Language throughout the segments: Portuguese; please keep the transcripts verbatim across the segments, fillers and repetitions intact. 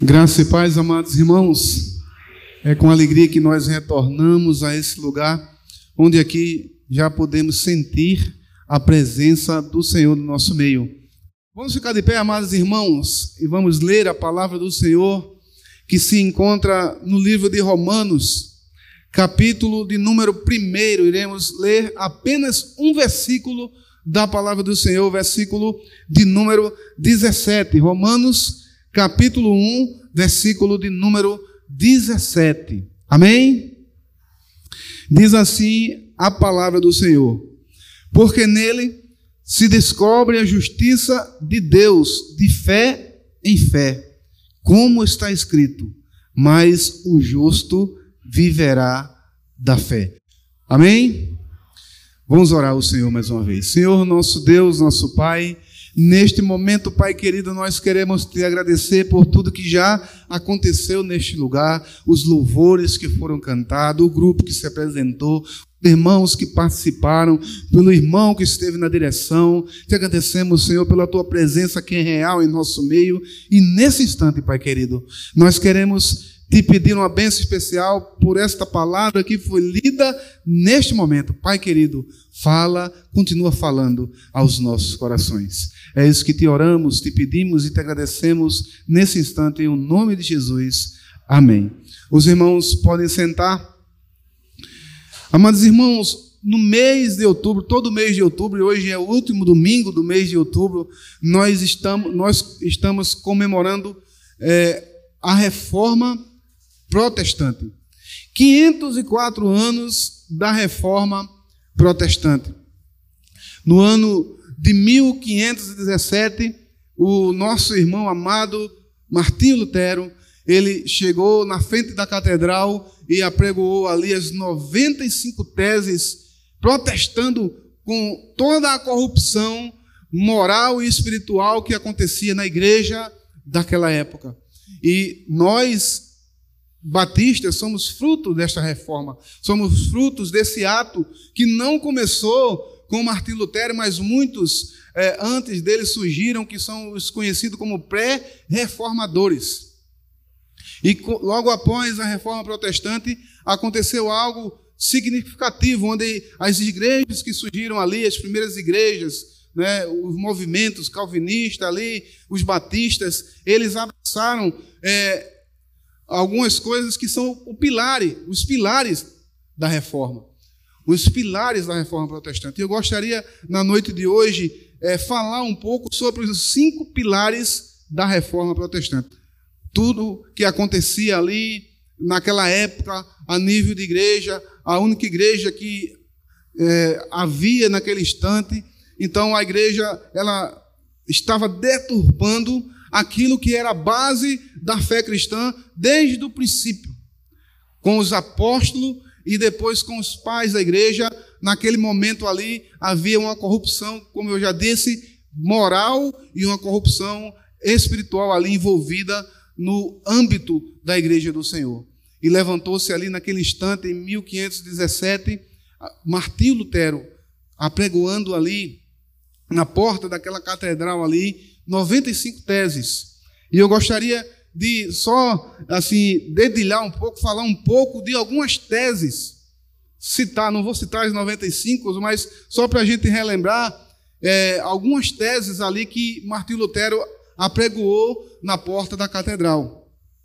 Graça e paz, amados irmãos. É com alegria que nós retornamos a esse lugar, onde aqui já podemos sentir a presença do Senhor no nosso meio. Vamos ficar de pé, amados irmãos, e vamos ler a palavra do Senhor, que se encontra no livro de Romanos, capítulo de número primeiro. Iremos ler apenas um versículo da palavra do Senhor, o versículo de número dezessete. Romanos, capítulo um, versículo de número dezessete. Amém? Diz assim a palavra do Senhor: porque nele se descobre a justiça de Deus, de fé em fé, como está escrito: mas o justo viverá da fé. Amém? Vamos orar ao Senhor mais uma vez. Senhor, nosso Deus, nosso Pai, neste momento, Pai querido, nós queremos te agradecer por tudo que já aconteceu neste lugar, os louvores que foram cantados, o grupo que se apresentou, irmãos que participaram, pelo irmão que esteve na direção. Te agradecemos, Senhor, pela tua presença que é real em nosso meio. E nesse instante, Pai querido, nós queremos te pedir uma bênção especial por esta palavra que foi lida neste momento. Pai querido, fala, continua falando aos nossos corações. É isso que te oramos, te pedimos e te agradecemos nesse instante, em nome de Jesus. Amém. Os irmãos podem sentar. Amados irmãos, no mês de outubro, todo mês de outubro, e hoje é o último domingo do mês de outubro, nós estamos, nós estamos comemorando é, a Reforma Protestante. quinhentos e quatro anos da Reforma Protestante. No ano de mil quinhentos e dezessete, o nosso irmão amado Martinho Lutero, ele chegou na frente da catedral e apregoou ali as noventa e cinco teses, protestando com toda a corrupção moral e espiritual que acontecia na igreja daquela época. E nós, batistas, somos fruto desta reforma, somos frutos desse ato que não começou com Martinho Lutero, mas muitos é, antes dele surgiram, que são os conhecidos como pré-reformadores. E logo após a Reforma Protestante, aconteceu algo significativo, onde as igrejas que surgiram ali, as primeiras igrejas, né, os movimentos calvinistas ali, os batistas, eles abraçaram é, algumas coisas que são o pilar, os pilares da Reforma. Os pilares da Reforma Protestante. Eu gostaria, na noite de hoje, é, falar um pouco sobre os cinco pilares da Reforma Protestante. Tudo que acontecia ali, naquela época, a nível de igreja, a única igreja que é, havia naquele instante. Então, a igreja ela estava deturpando aquilo que era a base da fé cristã desde o princípio, com os apóstolos e depois com os pais da igreja. Naquele momento ali havia uma corrupção, como eu já disse, moral, e uma corrupção espiritual ali envolvida no âmbito da igreja do Senhor. E levantou-se ali naquele instante, em mil quinhentos e dezessete, Martinho Lutero, apregoando ali na porta daquela catedral ali noventa e cinco teses. E eu gostaria de só assim dedilhar um pouco, falar um pouco de algumas teses, citar, não vou citar as noventa e cinco, mas só para a gente relembrar é, algumas teses ali que Martinho Lutero apregoou na porta da catedral.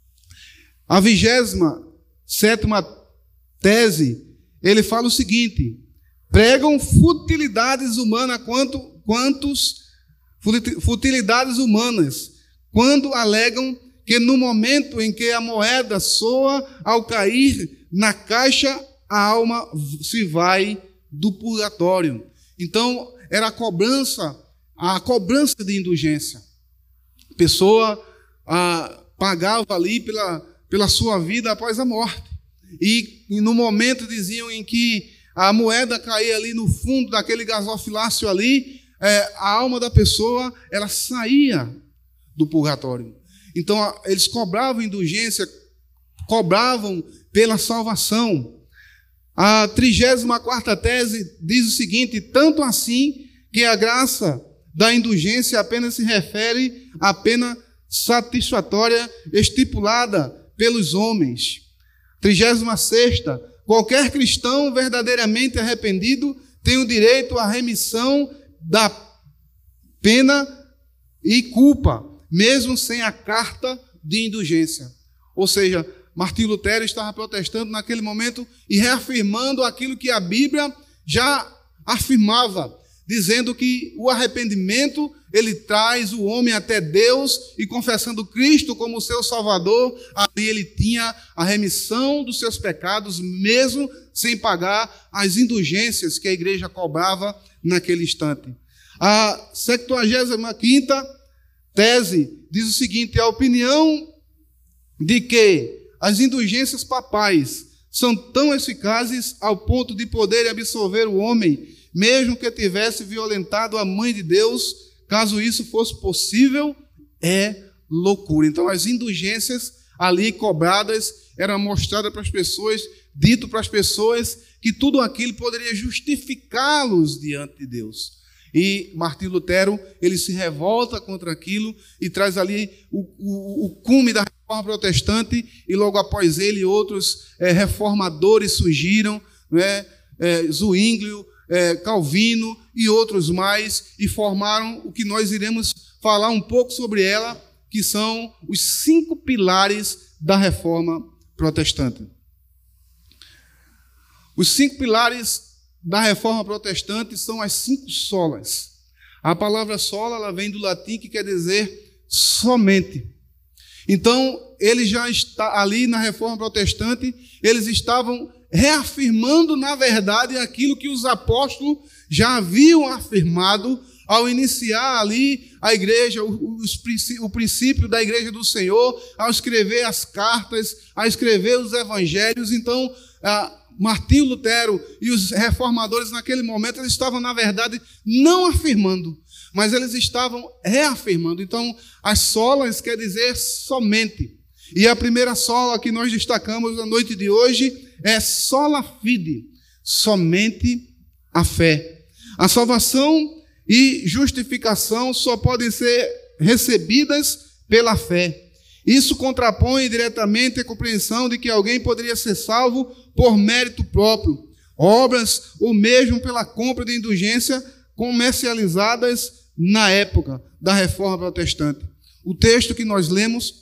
A vigésima sétima tese, ele fala o seguinte: pregam futilidades humanas quanto quantos futilidades humanas, quando alegam que no momento em que a moeda soa ao cair na caixa, a alma se vai do purgatório. Então, era a cobrança, a cobrança de indulgência. A pessoa ah, pagava ali pela, pela sua vida após a morte. E, e no momento diziam em que a moeda caía ali no fundo daquele gasofilácio ali, É, a alma da pessoa ela saía do purgatório. Então eles cobravam indulgência, cobravam pela salvação. A trigésima quarta tese diz o seguinte: tanto assim que a graça da indulgência apenas se refere à pena satisfatória estipulada pelos homens. Trigésima sexta, qualquer cristão verdadeiramente arrependido tem o direito à remissão da pena e culpa, mesmo sem a carta de indulgência. Ou seja, Martinho Lutero estava protestando naquele momento e reafirmando aquilo que a Bíblia já afirmava, dizendo que o arrependimento, ele traz o homem até Deus, e confessando Cristo como seu Salvador, ali ele tinha a remissão dos seus pecados, mesmo sem pagar as indulgências que a igreja cobrava naquele instante. A septuagésima quinta tese diz o seguinte: a opinião de que as indulgências papais são tão eficazes ao ponto de poderem absolver o homem, mesmo que tivesse violentado a mãe de Deus, caso isso fosse possível, é loucura. Então, as indulgências ali cobradas eram mostradas para as pessoas, dito para as pessoas que tudo aquilo poderia justificá-los diante de Deus. E Martinho Lutero, ele se revolta contra aquilo e traz ali o, o, o cume da reforma protestante, e logo após ele outros é, reformadores surgiram, né? é, Zwinglio, é, Calvino e outros mais, e formaram o que nós iremos falar um pouco sobre ela, que são os cinco pilares da reforma protestante. Os cinco pilares da reforma protestante são as cinco solas. A palavra sola, ela vem do latim, que quer dizer somente. Então, ele já está ali na reforma protestante, eles estavam reafirmando, na verdade, aquilo que os apóstolos já haviam afirmado ao iniciar ali a igreja, o, o princípio da igreja do Senhor, ao escrever as cartas, a escrever os evangelhos. Então, a Martinho Lutero e os reformadores naquele momento, eles estavam, na verdade, não afirmando, mas eles estavam reafirmando. Então, as solas quer dizer somente. E a primeira sola que nós destacamos na noite de hoje é sola fide, somente a fé. A salvação e justificação só podem ser recebidas pela fé. Isso contrapõe diretamente a compreensão de que alguém poderia ser salvo por mérito próprio, obras ou mesmo pela compra de indulgência comercializadas na época da Reforma Protestante. O texto que nós lemos,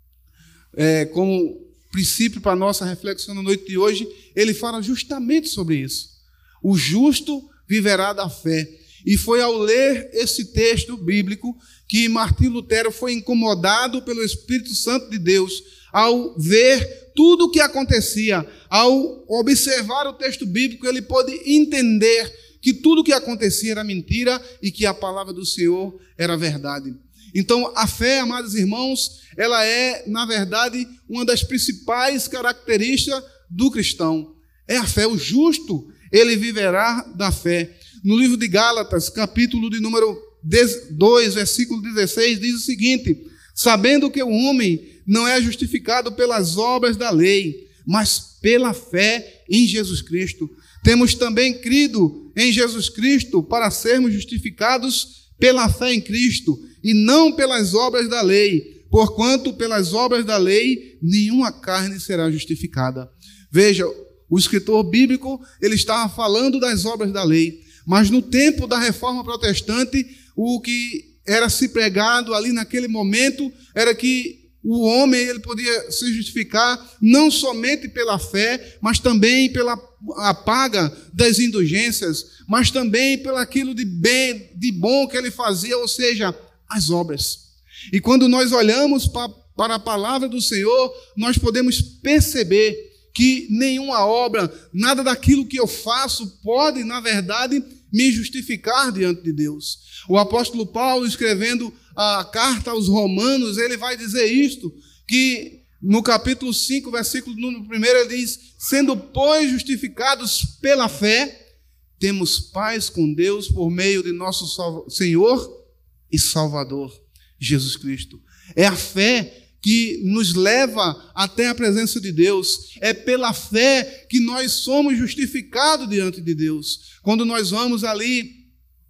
é, como princípio para a nossa reflexão na noite de hoje, ele fala justamente sobre isso. O justo viverá da fé. E foi ao ler esse texto bíblico que Martinho Lutero foi incomodado pelo Espírito Santo de Deus, ao ver tudo o que acontecia, ao observar o texto bíblico, ele pôde entender que tudo o que acontecia era mentira e que a palavra do Senhor era verdade. Então, a fé, amados irmãos, ela é, na verdade, uma das principais características do cristão. É a fé. O justo, ele viverá da fé. No livro de Gálatas, capítulo de número dois, versículo dezesseis, diz o seguinte: sabendo que o homem não é justificado pelas obras da lei, mas pela fé em Jesus Cristo. Temos também crido em Jesus Cristo para sermos justificados pela fé em Cristo, e não pelas obras da lei, porquanto pelas obras da lei nenhuma carne será justificada. Veja, o escritor bíblico, ele estava falando das obras da lei, mas no tempo da Reforma Protestante, o que era se pregado ali naquele momento era que o homem ele podia se justificar não somente pela fé, mas também pela a paga das indulgências, mas também pelo aquilo de bem, de bom que ele fazia, ou seja, as obras. E quando nós olhamos para, para a palavra do Senhor, nós podemos perceber que nenhuma obra, nada daquilo que eu faço pode, na verdade, me justificar diante de Deus. O apóstolo Paulo, escrevendo a carta aos Romanos, ele vai dizer isto, que no capítulo cinco, versículo número um, ele diz: sendo, pois, justificados pela fé, temos paz com Deus por meio de nosso Senhor e Salvador, Jesus Cristo. É a fé que nos leva até a presença de Deus. É pela fé que nós somos justificados diante de Deus. Quando nós vamos ali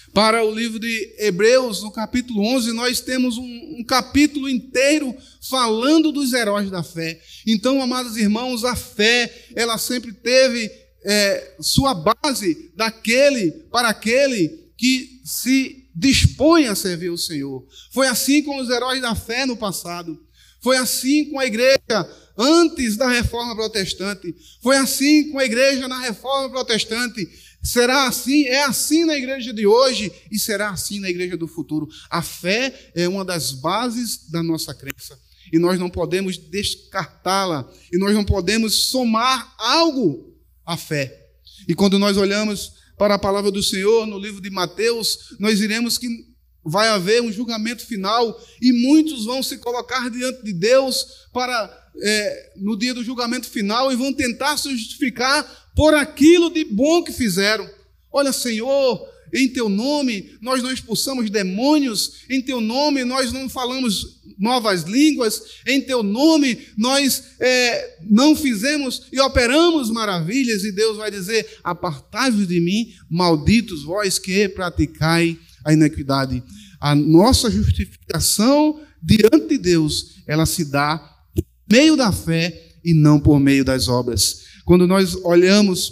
Para o livro de Hebreus, no capítulo onze, nós temos um, um capítulo inteiro falando dos heróis da fé. Então, amados irmãos, a fé, ela sempre teve é, sua base daquele, para aquele que se dispõe a servir o Senhor. Foi assim com os heróis da fé no passado. Foi assim com a igreja antes da Reforma Protestante. Foi assim com a igreja na Reforma Protestante. Será assim, é assim na igreja de hoje e será assim na igreja do futuro. A fé é uma das bases da nossa crença e nós não podemos descartá-la e nós não podemos somar algo à fé. E quando nós olhamos para a palavra do Senhor no livro de Mateus, nós iremos que vai haver um julgamento final e muitos vão se colocar diante de Deus para é, no dia do julgamento final e vão tentar se justificar por aquilo de bom que fizeram. Olha, Senhor, em Teu nome nós não expulsamos demônios, em Teu nome nós não falamos novas línguas, em Teu nome nós é, não fizemos e operamos maravilhas. E Deus vai dizer: apartai-vos de mim, malditos vós que praticai a iniquidade. A nossa justificação diante de Deus, ela se dá por meio da fé e não por meio das obras. Quando nós olhamos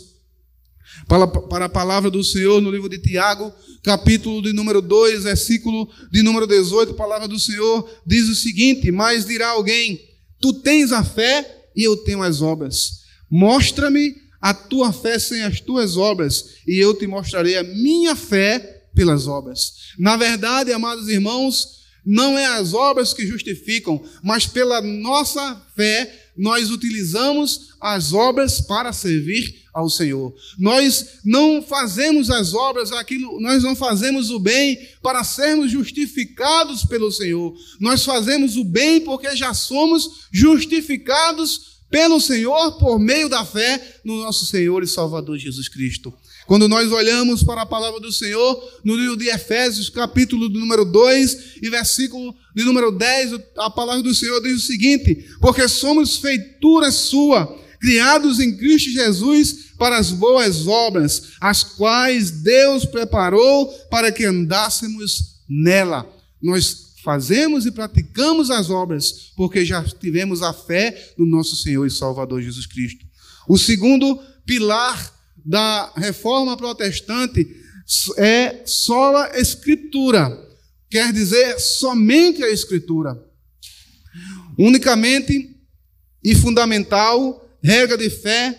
para, para a palavra do Senhor no livro de Tiago, capítulo de número dois, versículo de número dezoito, a palavra do Senhor diz o seguinte: mas dirá alguém, tu tens a fé e eu tenho as obras. Mostra-me a tua fé sem as tuas obras, e eu te mostrarei a minha fé pelas obras. Na verdade, amados irmãos, não é as obras que justificam, mas pela nossa fé nós utilizamos as obras para servir ao Senhor. Nós não fazemos as obras, aquilo, nós não fazemos o bem para sermos justificados pelo Senhor. Nós fazemos o bem porque já somos justificados pelo Senhor por meio da fé no nosso Senhor e Salvador Jesus Cristo. Quando nós olhamos para a palavra do Senhor, no livro de Efésios, capítulo de número dois, e versículo de número dez, a palavra do Senhor diz o seguinte: porque somos feitura sua, criados em Cristo Jesus para as boas obras, as quais Deus preparou para que andássemos nela. Nós fazemos e praticamos as obras, porque já tivemos a fé no nosso Senhor e Salvador Jesus Cristo. O segundo pilar da Reforma Protestante é sola Escritura, quer dizer, somente a Escritura. Unicamente e fundamental, regra de fé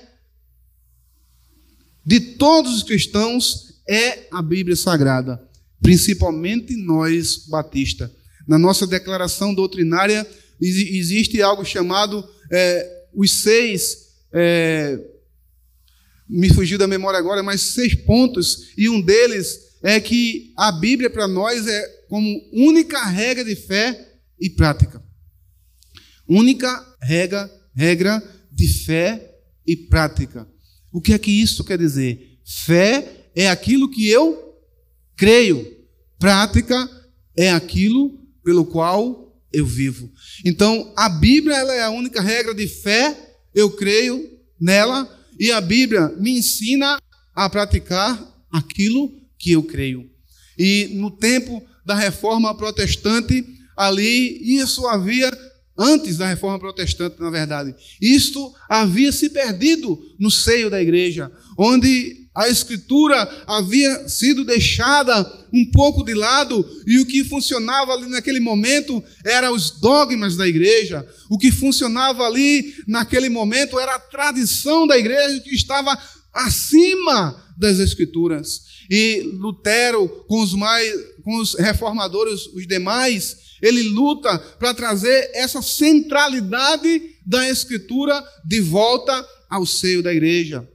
de todos os cristãos é a Bíblia Sagrada, principalmente nós batistas. Na nossa declaração doutrinária existe algo chamado é, os seis, é, me fugiu da memória agora, mas seis pontos, e um deles é que a Bíblia para nós é como única regra de fé e prática. Única regra, regra de fé e prática. O que é que isso quer dizer? Fé é aquilo que eu creio. Prática é aquilo pelo qual eu vivo. Então, a Bíblia ela é a única regra de fé, eu creio nela, e a Bíblia me ensina a praticar aquilo que eu creio. E no tempo da Reforma Protestante, ali, isso havia, antes da Reforma Protestante, na verdade, isto havia se perdido no seio da igreja, onde a Escritura havia sido deixada um pouco de lado e o que funcionava ali naquele momento eram os dogmas da igreja. O que funcionava ali naquele momento era a tradição da igreja que estava acima das Escrituras. E Lutero, com os, mais, com os reformadores, os demais, ele luta para trazer essa centralidade da Escritura de volta ao seio da igreja.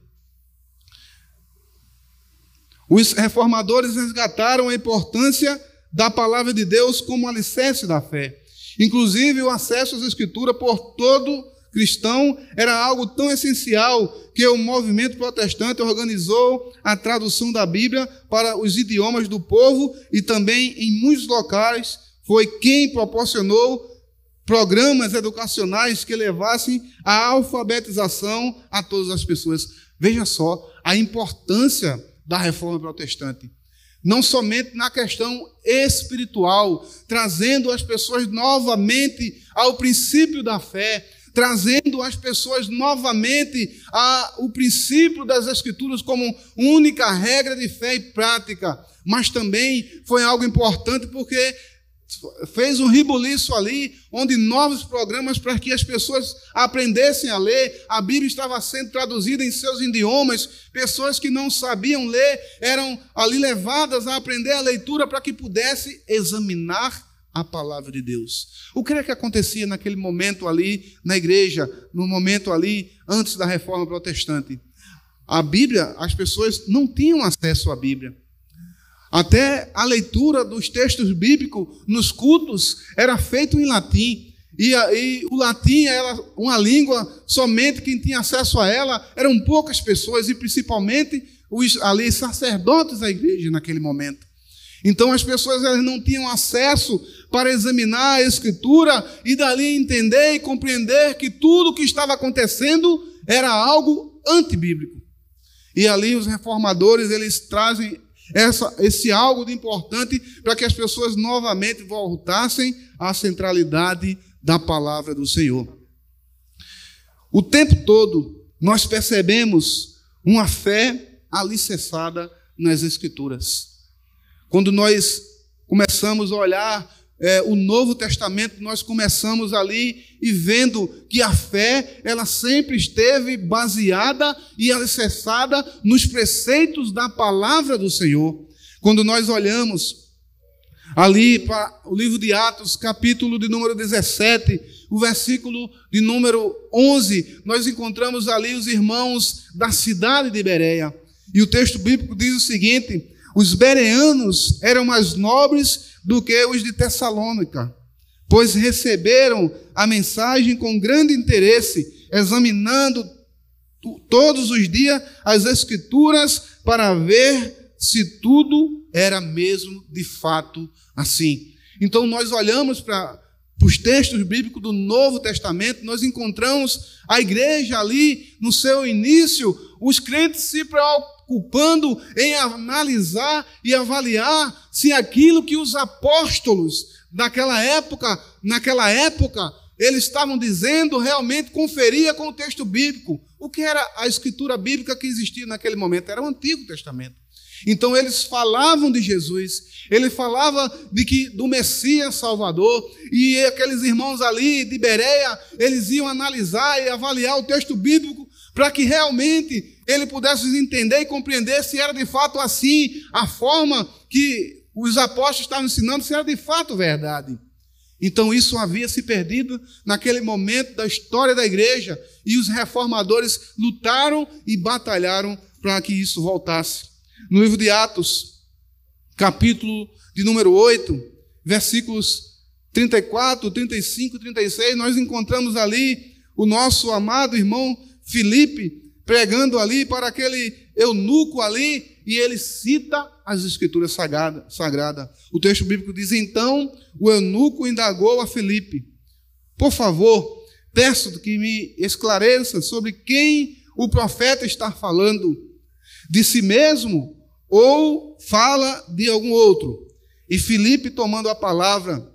Os reformadores resgataram a importância da palavra de Deus como alicerce da fé. Inclusive, o acesso às Escrituras por todo cristão era algo tão essencial que o movimento protestante organizou a tradução da Bíblia para os idiomas do povo e também, em muitos locais, foi quem proporcionou programas educacionais que levassem a alfabetização a todas as pessoas. Veja só a importância da Reforma Protestante. não somente na questão espiritual, trazendo as pessoas novamente ao princípio da fé, trazendo as pessoas novamente ao princípio das Escrituras como única regra de fé e prática, mas também foi algo importante porque fez um ribuliço ali, onde novos programas para que as pessoas aprendessem a ler. A Bíblia estava sendo traduzida em seus idiomas, pessoas que não sabiam ler eram ali levadas a aprender a leitura para que pudessem examinar a palavra de Deus. O que é que acontecia naquele momento ali na igreja, no momento ali antes da Reforma Protestante? A Bíblia, as pessoas não tinham acesso à Bíblia. Até a leitura dos textos bíblicos nos cultos era feito em latim. E, a, e o latim era uma língua, somente quem tinha acesso a ela eram poucas pessoas, e principalmente os ali, sacerdotes da igreja naquele momento. Então as pessoas elas não tinham acesso para examinar a Escritura e dali entender e compreender que tudo o que estava acontecendo era algo antibíblico. E ali os reformadores eles trazem Essa, esse algo de importante para que as pessoas novamente voltassem à centralidade da palavra do Senhor. O tempo todo nós percebemos uma fé alicerçada nas Escrituras. Quando nós começamos a olhar é, o Novo Testamento, nós começamos ali e vendo que a fé, ela sempre esteve baseada e alicerçada nos preceitos da palavra do Senhor. Quando nós olhamos ali para o livro de Atos, capítulo de número dezessete, o versículo de número onze, nós encontramos ali os irmãos da cidade de Bereia. E o texto bíblico diz o seguinte: os bereanos eram mais nobres do que os de Tessalônica, pois receberam a mensagem com grande interesse, examinando todos os dias as Escrituras para ver se tudo era mesmo de fato assim. Então nós olhamos para os textos bíblicos do Novo Testamento, nós encontramos a igreja ali no seu início, os crentes se preocupando em analisar e avaliar se aquilo que os apóstolos daquela época, naquela época, eles estavam dizendo realmente conferia com o texto bíblico. O que era a escritura bíblica que existia naquele momento? Era o Antigo Testamento. Então eles falavam de Jesus, ele falava de que, do Messias Salvador, e aqueles irmãos ali de Bereia, eles iam analisar e avaliar o texto bíblico para que realmente ele pudesse entender e compreender se era de fato assim, a forma que os apóstolos estavam ensinando, se era de fato verdade. Então isso havia se perdido naquele momento da história da igreja, e os reformadores lutaram e batalharam para que isso voltasse. No livro de Atos, capítulo de número oito, versículos trinta e quatro, trinta e cinco, trinta e seis, nós encontramos ali o nosso amado irmão Filipe pregando ali para aquele eunuco ali, e ele cita as Escrituras sagradas. Sagrada. O texto bíblico diz: então o eunuco indagou a Filipe: por favor, peço que me esclareça sobre quem o profeta está falando, de si mesmo ou fala de algum outro? E Filipe, tomando a palavra,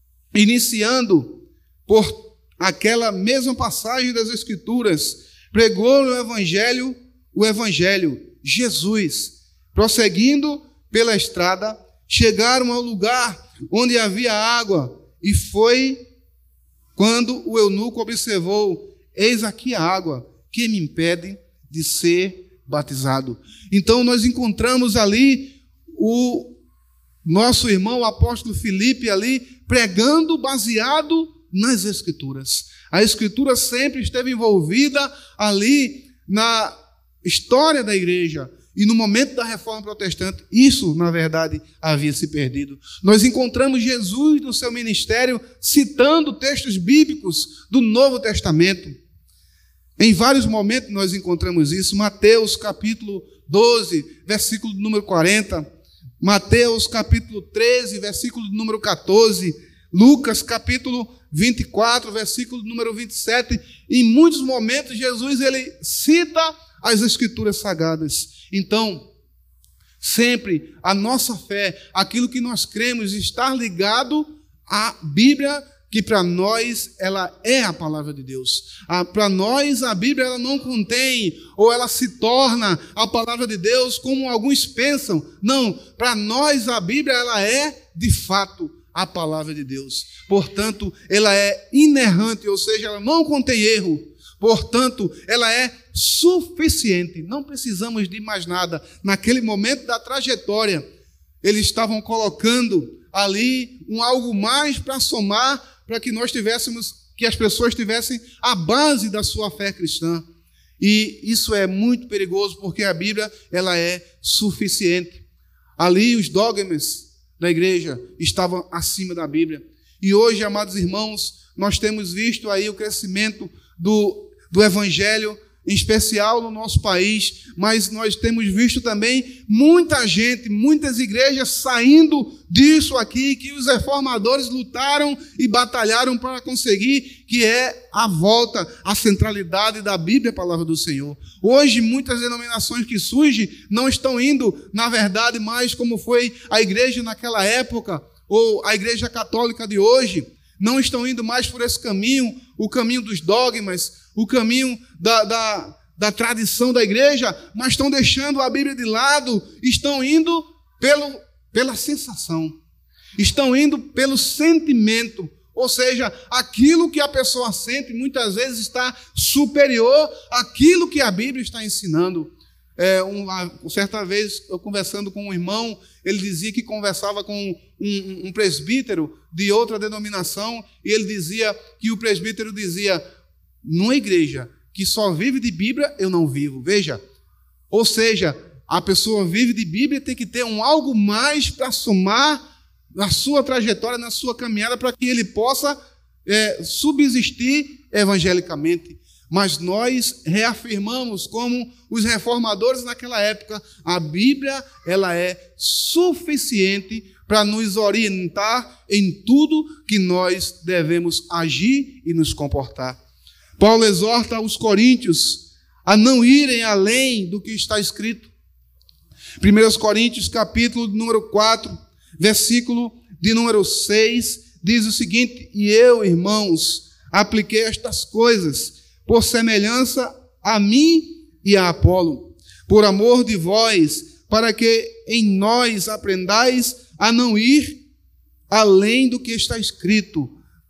iniciando por aquela mesma passagem das Escrituras, pregou no Evangelho, o Evangelho, Jesus. Prosseguindo pela estrada, chegaram ao lugar onde havia água, e foi quando o eunuco observou: eis aqui a água, que me impede de ser batizado. Então nós encontramos ali o nosso irmão o apóstolo Filipe ali pregando baseado nas Escrituras. A Escritura sempre esteve envolvida ali na história da igreja, e no momento da Reforma Protestante isso, na verdade, havia se perdido. Nós encontramos Jesus no seu ministério citando textos bíblicos do Novo Testamento. Em vários momentos nós encontramos isso. Mateus capítulo doze, versículo número quarenta. Mateus capítulo treze, versículo número catorze. Lucas capítulo vinte e quatro, versículo número vinte e sete. Em muitos momentos Jesus ele cita as Escrituras sagradas. Então, Sempre a nossa fé, aquilo que nós cremos, estar ligado à Bíblia, que para nós ela é a palavra de Deus. Para nós a Bíblia ela não contém, ou ela se torna a palavra de Deus como alguns pensam. Não, para nós a Bíblia ela é de fato a palavra de Deus. Portanto, ela é inerrante, ou seja, ela não contém erro. Portanto, ela é suficiente. Não precisamos de mais nada. Naquele momento da trajetória, eles estavam colocando ali um algo mais para somar, para que nós tivéssemos, que as pessoas tivessem a base da sua fé cristã. E isso é muito perigoso, porque a Bíblia ela é suficiente. Ali os dogmas da igreja estavam acima da Bíblia. E hoje, amados irmãos, nós temos visto aí o crescimento do, do Evangelho, em especial no nosso país, mas nós temos visto também muita gente, muitas igrejas saindo disso aqui, que os reformadores lutaram e batalharam para conseguir, que é a volta à centralidade da Bíblia, a palavra do Senhor. Hoje, muitas denominações que surgem não estão indo, na verdade, mais como foi a igreja naquela época, ou a igreja católica de hoje, não estão indo mais por esse caminho, o caminho dos dogmas, o caminho da, da, da tradição da igreja, mas estão deixando a Bíblia de lado, estão indo pelo, pela sensação, estão indo pelo sentimento, ou seja, aquilo que a pessoa sente muitas vezes está superior àquilo que a Bíblia está ensinando. É, uma, certa vez, eu conversando com um irmão, ele dizia que conversava com um, um, um presbítero de outra denominação, e ele dizia que o presbítero dizia: numa igreja que só vive de Bíblia, eu não vivo. Veja, ou seja, a pessoa vive de Bíblia, tem que ter um algo mais para somar na sua trajetória, na sua caminhada, para que ele possa é, subsistir evangelicamente. Mas nós reafirmamos, como os reformadores naquela época, a Bíblia ela é suficiente para nos orientar em tudo que nós devemos agir e nos comportar. Paulo exorta os coríntios a não irem além do que está escrito. primeira Coríntios, capítulo número quatro, versículo de número seis, diz o seguinte: e eu, irmãos, apliquei estas coisas por semelhança a mim e a Apolo, por amor de vós, para que em nós aprendais a não ir além do que está escrito,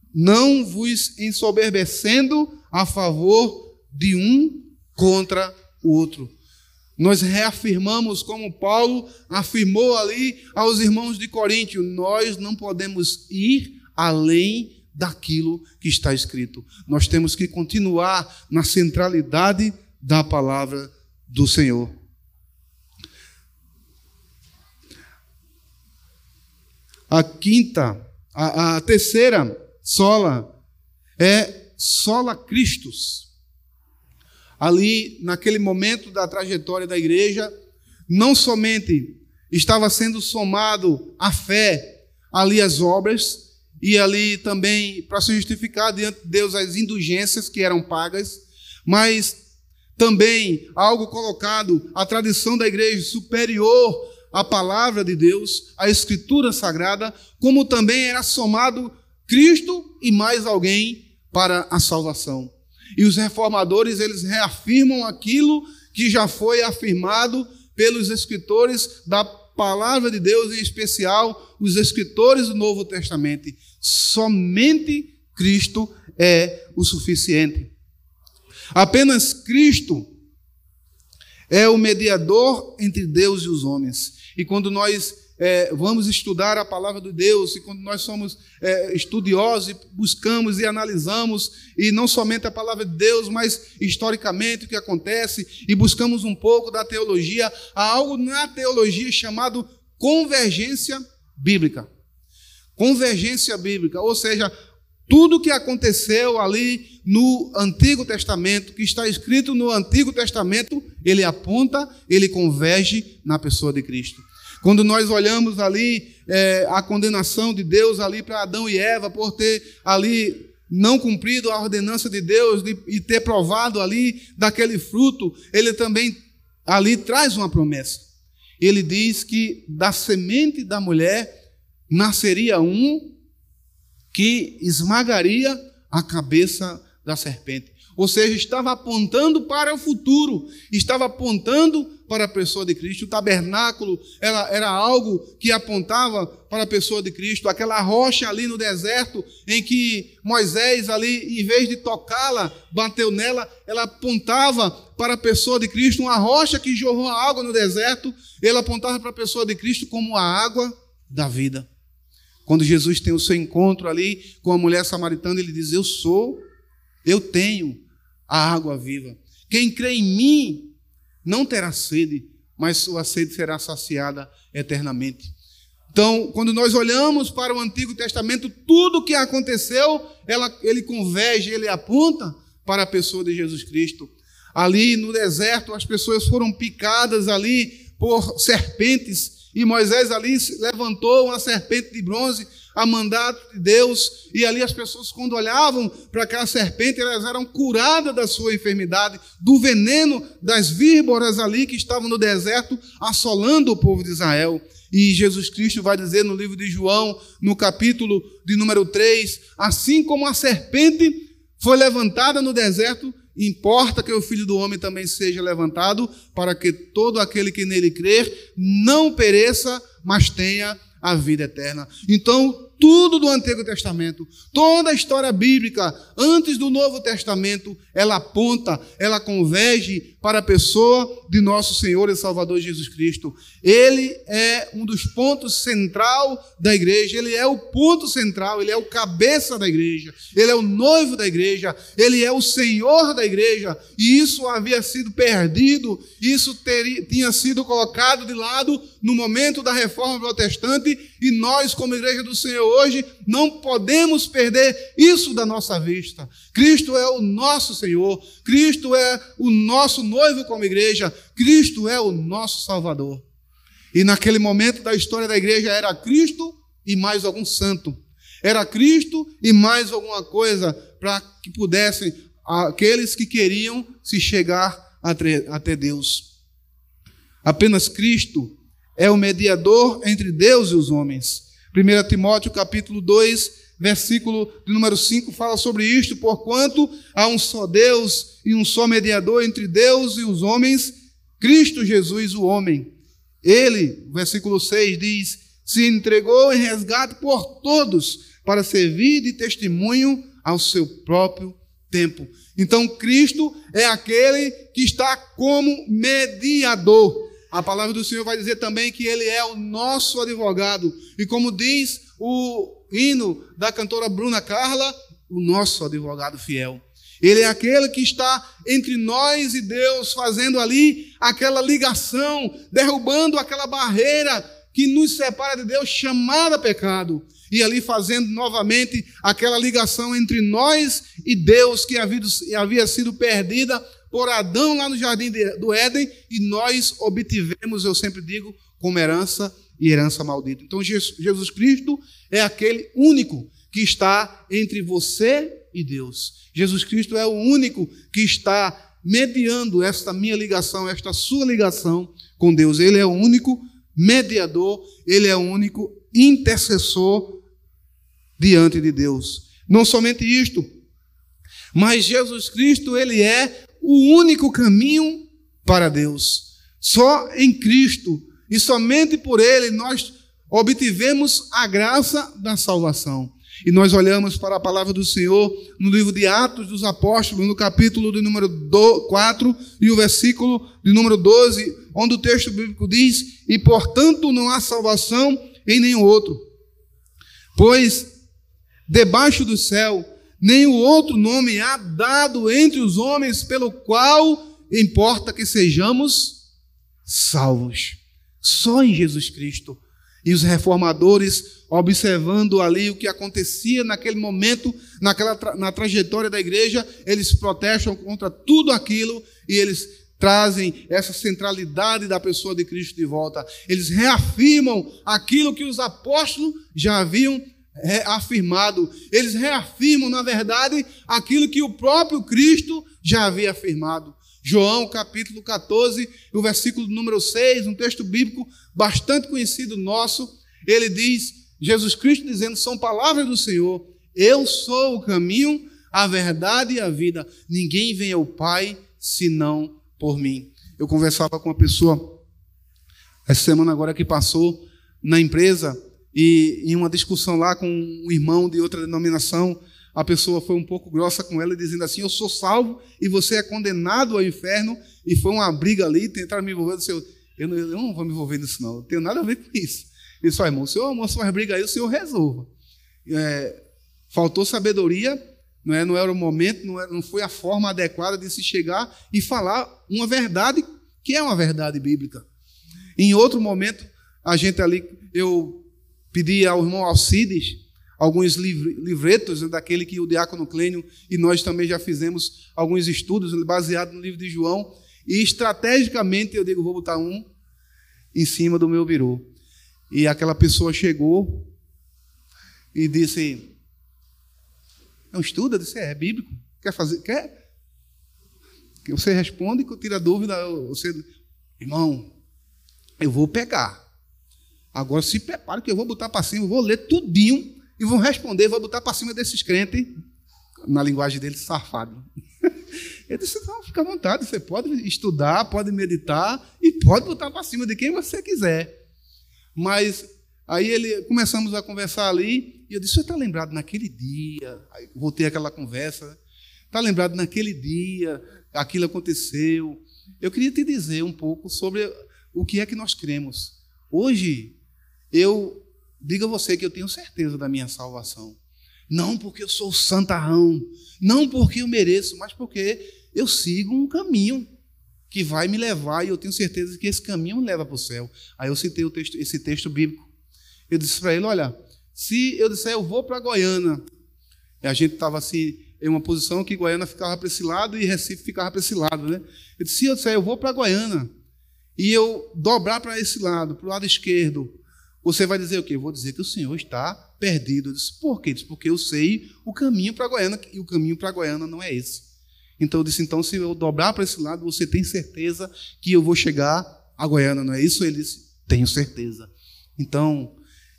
não vos ensoberbecendo a favor de um contra o outro. Nós reafirmamos, como Paulo afirmou ali aos irmãos de Coríntio, nós não podemos ir além daquilo que está escrito. Nós temos que continuar na centralidade da palavra do Senhor. A quinta, a, a terceira sola é sola Christus. Ali, naquele momento da trajetória da igreja, não somente estava sendo somado a fé, ali as obras, e ali também para se justificar diante de Deus as indulgências que eram pagas, mas também algo colocado, a tradição da igreja superior à palavra de Deus, à Escritura Sagrada, como também era somado Cristo e mais alguém para a salvação. E os reformadores, eles reafirmam aquilo que já foi afirmado pelos escritores da palavra de Deus, em especial os escritores do Novo Testamento. Somente Cristo é o suficiente. Apenas Cristo é o mediador entre Deus e os homens. E quando nós é, vamos estudar a palavra de Deus, e quando nós somos é, estudiosos e buscamos e analisamos, e não somente a palavra de Deus, mas historicamente o que acontece, e buscamos um pouco da teologia, há algo na teologia chamado convergência bíblica. Convergência bíblica, ou seja, tudo que aconteceu ali no Antigo Testamento, que está escrito no Antigo Testamento, ele aponta, ele converge na pessoa de Cristo. Quando nós olhamos ali é, a condenação de Deus ali para Adão e Eva por ter ali não cumprido a ordenança de Deus de, e ter provado ali daquele fruto, ele também ali traz uma promessa. ele diz que da semente da mulher nasceria um que esmagaria a cabeça da serpente. Ou seja, estava apontando para o futuro, estava apontando para a pessoa de Cristo. O tabernáculo era, era algo que apontava para a pessoa de Cristo. Aquela rocha ali no deserto, em que Moisés ali, em vez de tocá-la, bateu nela, ela apontava para a pessoa de Cristo. Uma rocha que jorrou a água no deserto, ela apontava para a pessoa de Cristo como a água da vida. Quando Jesus tem o seu encontro ali com a mulher samaritana, ele diz: eu sou, eu tenho a água viva. Quem crê em mim não terá sede, mas sua sede será saciada eternamente. Então, quando nós olhamos para o Antigo Testamento, tudo o que aconteceu, ela, ele converge, ele aponta para a pessoa de Jesus Cristo. Ali no deserto, as pessoas foram picadas ali por serpentes, e Moisés ali levantou uma serpente de bronze a mandato de Deus, e ali as pessoas, quando olhavam para aquela serpente, elas eram curadas da sua enfermidade, do veneno das víboras ali que estavam no deserto, assolando o povo de Israel. E Jesus Cristo vai dizer no livro de João, no capítulo de número três, assim como a serpente foi levantada no deserto, importa que o Filho do Homem também seja levantado, para que todo aquele que nele crer não pereça, mas tenha a vida eterna. Então, tudo do Antigo Testamento, toda a história bíblica, antes do Novo Testamento, ela aponta, ela converge para a pessoa de nosso Senhor e Salvador Jesus Cristo. Ele é um dos pontos central da igreja, ele é o ponto central, ele é o cabeça da igreja, ele é o noivo da igreja, ele é o Senhor da igreja, e isso havia sido perdido, isso teria, tinha sido colocado de lado no momento da Reforma Protestante, e nós, como igreja do Senhor hoje, não podemos perder isso da nossa vista. Cristo é o nosso Senhor, Cristo é o nosso noivo como igreja, Cristo é o nosso Salvador. E naquele momento da história da igreja era Cristo e mais algum santo. Era Cristo e mais alguma coisa para que pudessem aqueles que queriam se chegar até, até Deus. Apenas Cristo é o mediador entre Deus e os homens. primeiro Timóteo capítulo dois, versículo de número cinco, fala sobre isto: porquanto há um só Deus e um só mediador entre Deus e os homens, Cristo Jesus, o homem. Ele, versículo seis, diz: se entregou em resgate por todos, para servir de testemunho ao seu próprio tempo. Então, Cristo é aquele que está como mediador. A palavra do Senhor vai dizer também que ele é o nosso advogado. E como diz o hino da cantora Bruna Carla, o nosso advogado fiel. Ele é aquele que está entre nós e Deus, fazendo ali aquela ligação, derrubando aquela barreira que nos separa de Deus, chamada pecado. E ali fazendo novamente aquela ligação entre nós e Deus, que havia sido perdida por Adão lá no jardim do Éden, e nós obtivemos, eu sempre digo, como herança e herança maldita. Então Jesus Cristo é aquele único que está entre você e Deus. Jesus Cristo é o único que está mediando esta minha ligação, esta sua ligação com Deus. Ele é o único mediador, ele é o único intercessor diante de Deus. Não somente isto, mas Jesus Cristo, ele é o único caminho para Deus. Só em Cristo e somente por ele nós obtivemos a graça da salvação. E nós olhamos para a palavra do Senhor no livro de Atos dos Apóstolos, no capítulo de número quatro e o versículo de número doze, onde o texto bíblico diz: e portanto não há salvação em nenhum outro, pois debaixo do céu nenhum outro nome há dado entre os homens pelo qual importa que sejamos salvos. Só em Jesus Cristo. E os reformadores, observando ali o que acontecia naquele momento, naquela tra- na trajetória da igreja, eles protestam contra tudo aquilo e eles trazem essa centralidade da pessoa de Cristo de volta. Eles reafirmam aquilo que os apóstolos já haviam afirmado. Eles reafirmam, na verdade, aquilo que o próprio Cristo já havia afirmado. João, capítulo quatorze, o versículo número seis, um texto bíblico bastante conhecido nosso. Ele diz, Jesus Cristo dizendo, são palavras do Senhor, eu sou o caminho, a verdade e a vida. Ninguém vem ao Pai senão por mim. Eu conversava com uma pessoa essa semana agora que passou na empresa e em uma discussão lá com um irmão de outra denominação, a pessoa foi um pouco grossa com ela, dizendo assim, eu sou salvo e você é condenado ao inferno, e foi uma briga ali, tentaram me envolver, eu disse, eu não, eu não vou me envolver nisso não, não tenho nada a ver com isso. Ele disse, irmão, o senhor almoço faz briga aí, o senhor resolva. É, faltou sabedoria, não, é, não era o momento, não, era, não foi a forma adequada de se chegar e falar uma verdade que é uma verdade bíblica. Em outro momento, a gente ali, eu pedi ao irmão Alcides alguns livretos daquele que o diácono Clênio e nós também já fizemos alguns estudos baseados no livro de João, e estrategicamente eu digo, vou botar um em cima do meu birô. E aquela pessoa chegou e disse, não estuda? Eu disse, é, é bíblico. Quer fazer? Quer? Você responde, tira dúvida, você, irmão, eu vou pegar. Agora se prepare que eu vou botar para cima, eu vou ler tudinho e vou responder, vou botar para cima desses crentes, na linguagem deles, safado. Eu disse, não, fica à vontade, você pode estudar, pode meditar e pode botar para cima de quem você quiser. Mas aí ele, começamos a conversar ali, e eu disse, você está lembrado naquele dia? Aí voltei àquela conversa, está lembrado naquele dia, aquilo aconteceu. Eu queria te dizer um pouco sobre o que é que nós cremos. Hoje, eu digo a você que eu tenho certeza da minha salvação. Não porque eu sou santarrão, não porque eu mereço, mas porque eu sigo um caminho que vai me levar, e eu tenho certeza que esse caminho me leva para o céu. Aí eu citei o texto, esse texto bíblico. Eu disse para ele, olha, se eu disser eu vou para Goiânia, e a gente estava assim, em uma posição que Goiânia ficava para esse lado e Recife ficava para esse lado, né? Eu disse, se eu disser eu vou para Goiânia, e eu dobrar para esse lado, para o lado esquerdo, você vai dizer o quê? Eu vou dizer que o Senhor está perdido. Eu disse, por quê? Eu disse, porque eu sei o caminho para Goiânia, e o caminho para Goiânia não é esse. Então eu disse, então se eu dobrar para esse lado, você tem certeza que eu vou chegar a Goiânia, não é isso? Ele disse, tenho certeza. Então,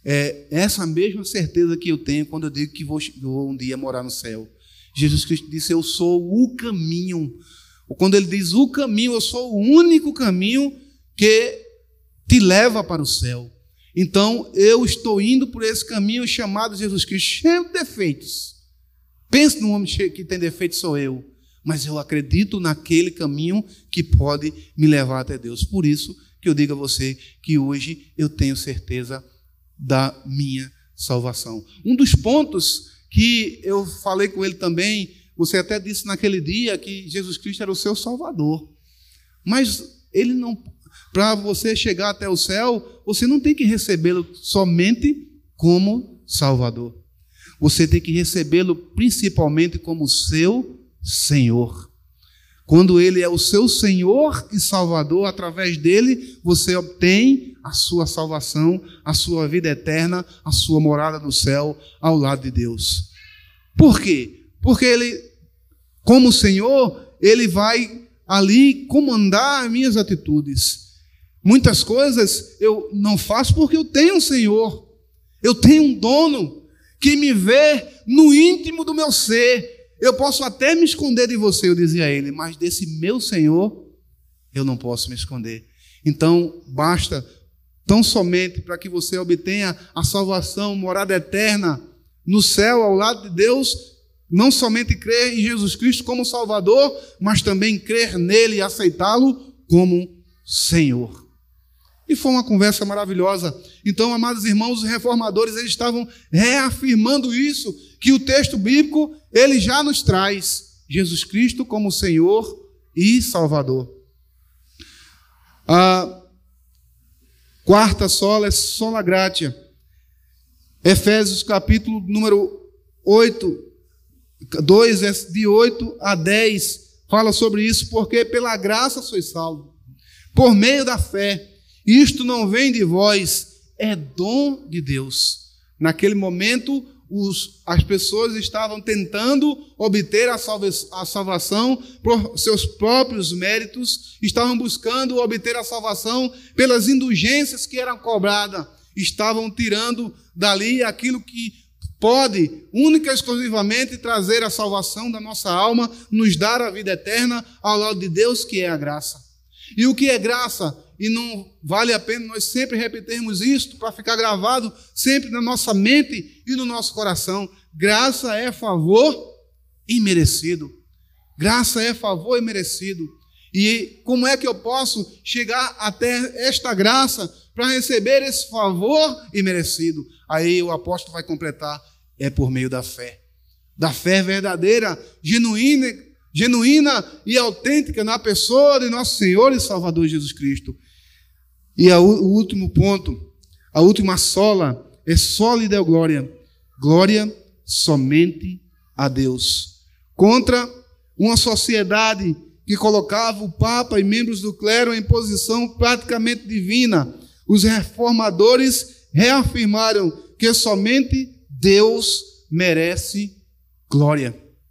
é essa mesma certeza que eu tenho quando eu digo que vou, vou um dia morar no céu. Jesus Cristo disse, eu sou o caminho. Quando ele diz o caminho, eu sou o único caminho que te leva para o céu. Então, eu estou indo por esse caminho chamado Jesus Cristo, cheio de defeitos. Pense num homem que tem defeitos, sou eu. Mas eu acredito naquele caminho que pode me levar até Deus. Por isso que eu digo a você que hoje eu tenho certeza da minha salvação. Um dos pontos que eu falei com ele também, você até disse naquele dia que Jesus Cristo era o seu Salvador. Mas ele não... Para você chegar até o céu, você não tem que recebê-lo somente como Salvador. Você tem que recebê-lo principalmente como seu Senhor. Quando Ele é o seu Senhor e Salvador, através dele, você obtém a sua salvação, a sua vida eterna, a sua morada no céu, ao lado de Deus. Por quê? Porque Ele, como Senhor, Ele vai ali comandar as minhas atitudes. Muitas coisas eu não faço porque eu tenho um Senhor. Eu tenho um dono que me vê no íntimo do meu ser. Eu posso até me esconder de você, eu dizia a ele, mas desse meu Senhor eu não posso me esconder. Então, basta tão somente para que você obtenha a salvação, morada eterna no céu, ao lado de Deus, não somente crer em Jesus Cristo como Salvador, mas também crer nele e aceitá-lo como Senhor. E foi uma conversa maravilhosa. Então, amados irmãos, os reformadores, eles estavam reafirmando isso, que o texto bíblico, ele já nos traz Jesus Cristo como Senhor e Salvador. A quarta sola é sola gratia. Efésios capítulo número oito, dois, de oito a dez, fala sobre isso, porque pela graça sois salvos, por meio da fé. Isto não vem de vós, é dom de Deus. Naquele momento, os, as pessoas estavam tentando obter a, salva, a salvação por seus próprios méritos, estavam buscando obter a salvação pelas indulgências que eram cobradas, estavam tirando dali aquilo que pode, única e exclusivamente, trazer a salvação da nossa alma, nos dar a vida eterna ao lado de Deus, que é a graça. E o que é graça? E não vale a pena nós sempre repetirmos isto para ficar gravado sempre na nossa mente e no nosso coração. Graça é favor imerecido. Graça é favor imerecido. E como é que eu posso chegar até esta graça para receber esse favor imerecido? Aí o apóstolo vai completar, é por meio da fé. Da fé verdadeira, genuína, genuína e autêntica na pessoa de nosso Senhor e Salvador Jesus Cristo. E a, o último ponto, a última sola, é sola e deu glória. Glória somente a Deus. Contra uma sociedade que colocava o Papa e membros do clero em posição praticamente divina, os reformadores reafirmaram que somente Deus merece glória.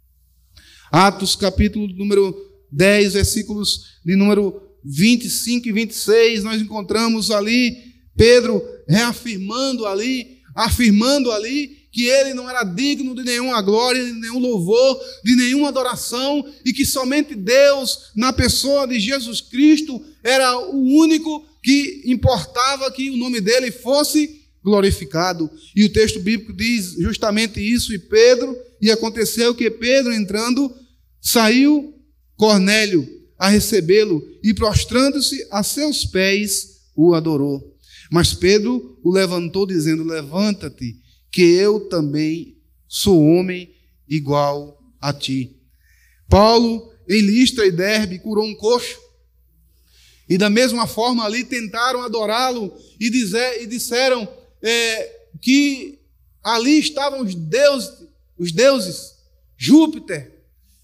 Atos capítulo número dez, versículos de número vinte e cinco e vinte e seis, nós encontramos ali Pedro reafirmando ali, afirmando ali que ele não era digno de nenhuma glória, de nenhum louvor, de nenhuma adoração, e que somente Deus, na pessoa de Jesus Cristo, era o único que importava que o nome dele fosse glorificado. E o texto bíblico diz justamente isso, e Pedro, e aconteceu que Pedro entrando, saiu Cornélio a recebê-lo, e prostrando-se a seus pés, o adorou. Mas Pedro o levantou, dizendo: levanta-te, que eu também sou homem igual a ti. Paulo, em Listra e Derbe, curou um coxo, e da mesma forma ali tentaram adorá-lo, e, dizer, e disseram é, que ali estavam os deuses, os deuses, Júpiter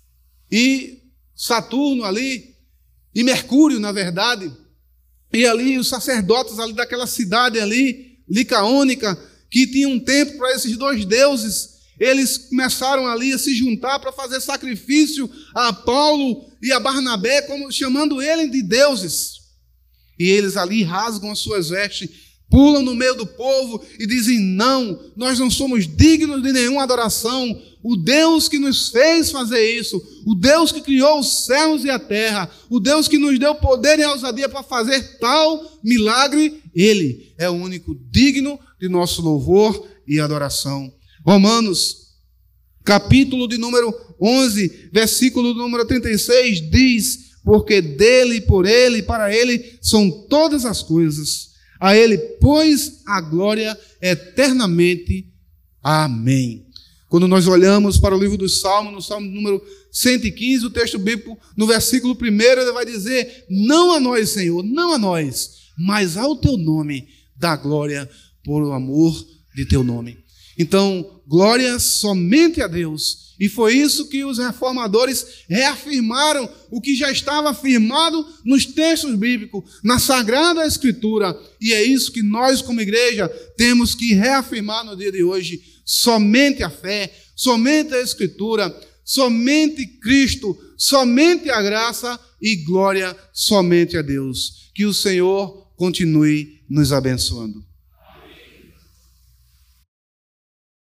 e Saturno ali, e Mercúrio, na verdade, e ali os sacerdotes ali daquela cidade ali, licaônica, que tinha um tempo para esses dois deuses, eles começaram ali a se juntar para fazer sacrifício a Paulo e a Barnabé, como, chamando eles de deuses. E eles ali rasgam as suas vestes, pulam no meio do povo e dizem: não, nós não somos dignos de nenhuma adoração. O Deus que nos fez fazer isso, o Deus que criou os céus e a terra, o Deus que nos deu poder e ousadia para fazer tal milagre, Ele é o único digno de nosso louvor e adoração. Romanos, capítulo de número onze, versículo número trinta e seis, diz: porque dele, por ele e para ele são todas as coisas. A ele, pois, a glória eternamente. Amém. Quando nós olhamos para o livro dos Salmos, no Salmo número cento e quinze, o texto bíblico, no versículo primeiro, ele vai dizer: não a nós, Senhor, não a nós, mas ao teu nome dá glória por o amor de teu nome. Então, glória somente a Deus. E foi isso que os reformadores reafirmaram, o que já estava afirmado nos textos bíblicos, na Sagrada Escritura. E é isso que nós, como igreja, temos que reafirmar no dia de hoje. Somente a fé, somente a Escritura, somente Cristo, somente a graça e glória somente a Deus. Que o Senhor continue nos abençoando.